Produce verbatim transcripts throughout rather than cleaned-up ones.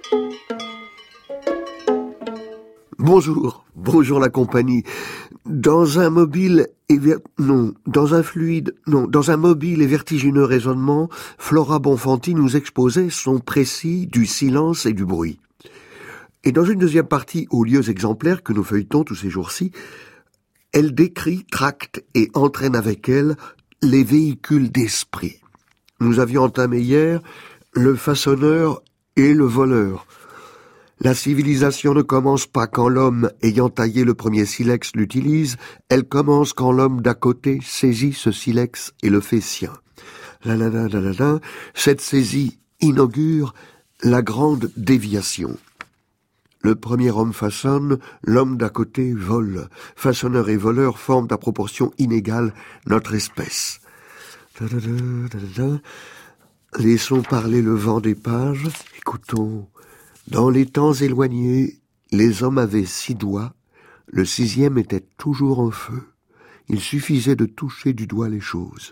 Bonjour, bonjour la compagnie. Dans un mobile et ver... non, dans un fluide, non, dans un mobile et vertigineux raisonnement, Flora Bonfanti nous exposait son précis du silence et du bruit. Et dans une deuxième partie aux lieux exemplaires que nous feuilletons tous ces jours-ci, elle décrit, tracte et entraîne avec elle les véhicules d'esprit. Nous avions entamé hier le façonneur et le voleur. La civilisation ne commence pas quand l'homme, ayant taillé le premier silex, l'utilise, elle commence quand l'homme d'à côté saisit ce silex et le fait sien. La la la la la la, cette saisie inaugure la grande déviation. Le premier homme façonne, l'homme d'à côté vole. Façonneur et voleur forment à proportion inégale notre espèce. Da, da, da, da, da. Laissons parler le vent des pages, écoutons. Dans les temps éloignés, les hommes avaient six doigts, le sixième était toujours en feu. Il suffisait de toucher du doigt les choses.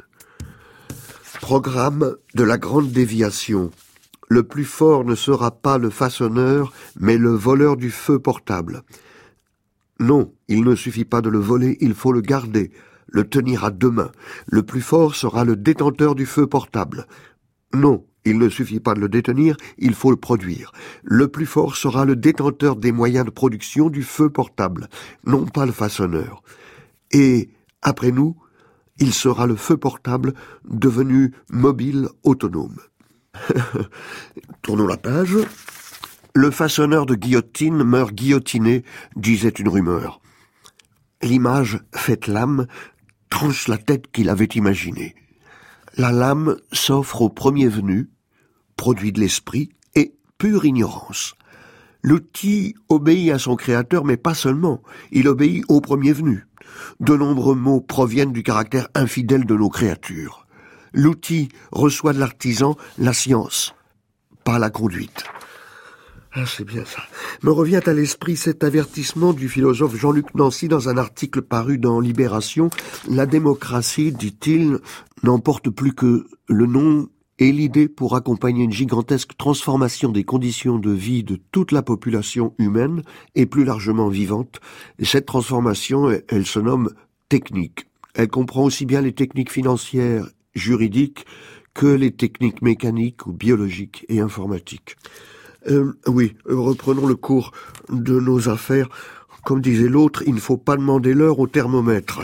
Programme de la grande déviation. Le plus fort ne sera pas le façonneur, mais le voleur du feu portable. Non, il ne suffit pas de le voler, il faut le garder, le tenir à deux mains. Le plus fort sera le détenteur du feu portable. Non, il ne suffit pas de le détenir, il faut le produire. Le plus fort sera le détenteur des moyens de production du feu portable, non pas le façonneur. Et, après nous, il sera le feu portable devenu mobile autonome. Tournons la page. Le façonneur de guillotine meurt guillotiné, disait une rumeur. L'image faite lame tranche la tête qu'il avait imaginée. La lame s'offre au premier venu, produit de l'esprit et pure ignorance. L'outil obéit à son créateur, mais pas seulement, il obéit au premier venu. De nombreux mots proviennent du caractère infidèle de nos créatures. L'outil reçoit de l'artisan la science, pas la conduite. Ah, c'est bien ça. Me revient à l'esprit cet avertissement du philosophe Jean-Luc Nancy dans un article paru dans Libération. La démocratie, dit-il, n'emporte plus que le nom et l'idée pour accompagner une gigantesque transformation des conditions de vie de toute la population humaine et plus largement vivante. Et cette transformation, elle se nomme technique. Elle comprend aussi bien les techniques financières, juridiques, que les techniques mécaniques ou biologiques et informatiques. Euh, oui, reprenons le cours de nos affaires. Comme disait l'autre, il ne faut pas demander l'heure au thermomètre.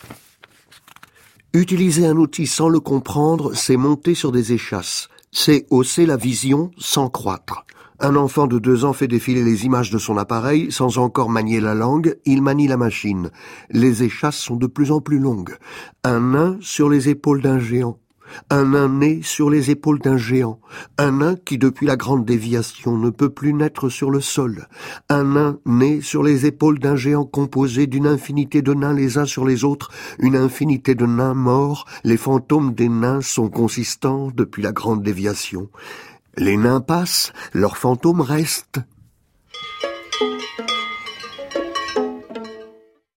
Utiliser un outil sans le comprendre, c'est monter sur des échasses. C'est hausser la vision sans croître. Un enfant de deux ans fait défiler les images de son appareil sans encore manier la langue, il manie la machine. Les échasses sont de plus en plus longues. Un nain sur les épaules d'un géant. Un nain né sur les épaules d'un géant. Un nain qui, depuis la grande déviation, ne peut plus naître sur le sol. Un nain né sur les épaules d'un géant composé d'une infinité de nains les uns sur les autres, une infinité de nains morts. Les fantômes des nains sont consistants depuis la grande déviation. Les nains passent, leurs fantômes restent.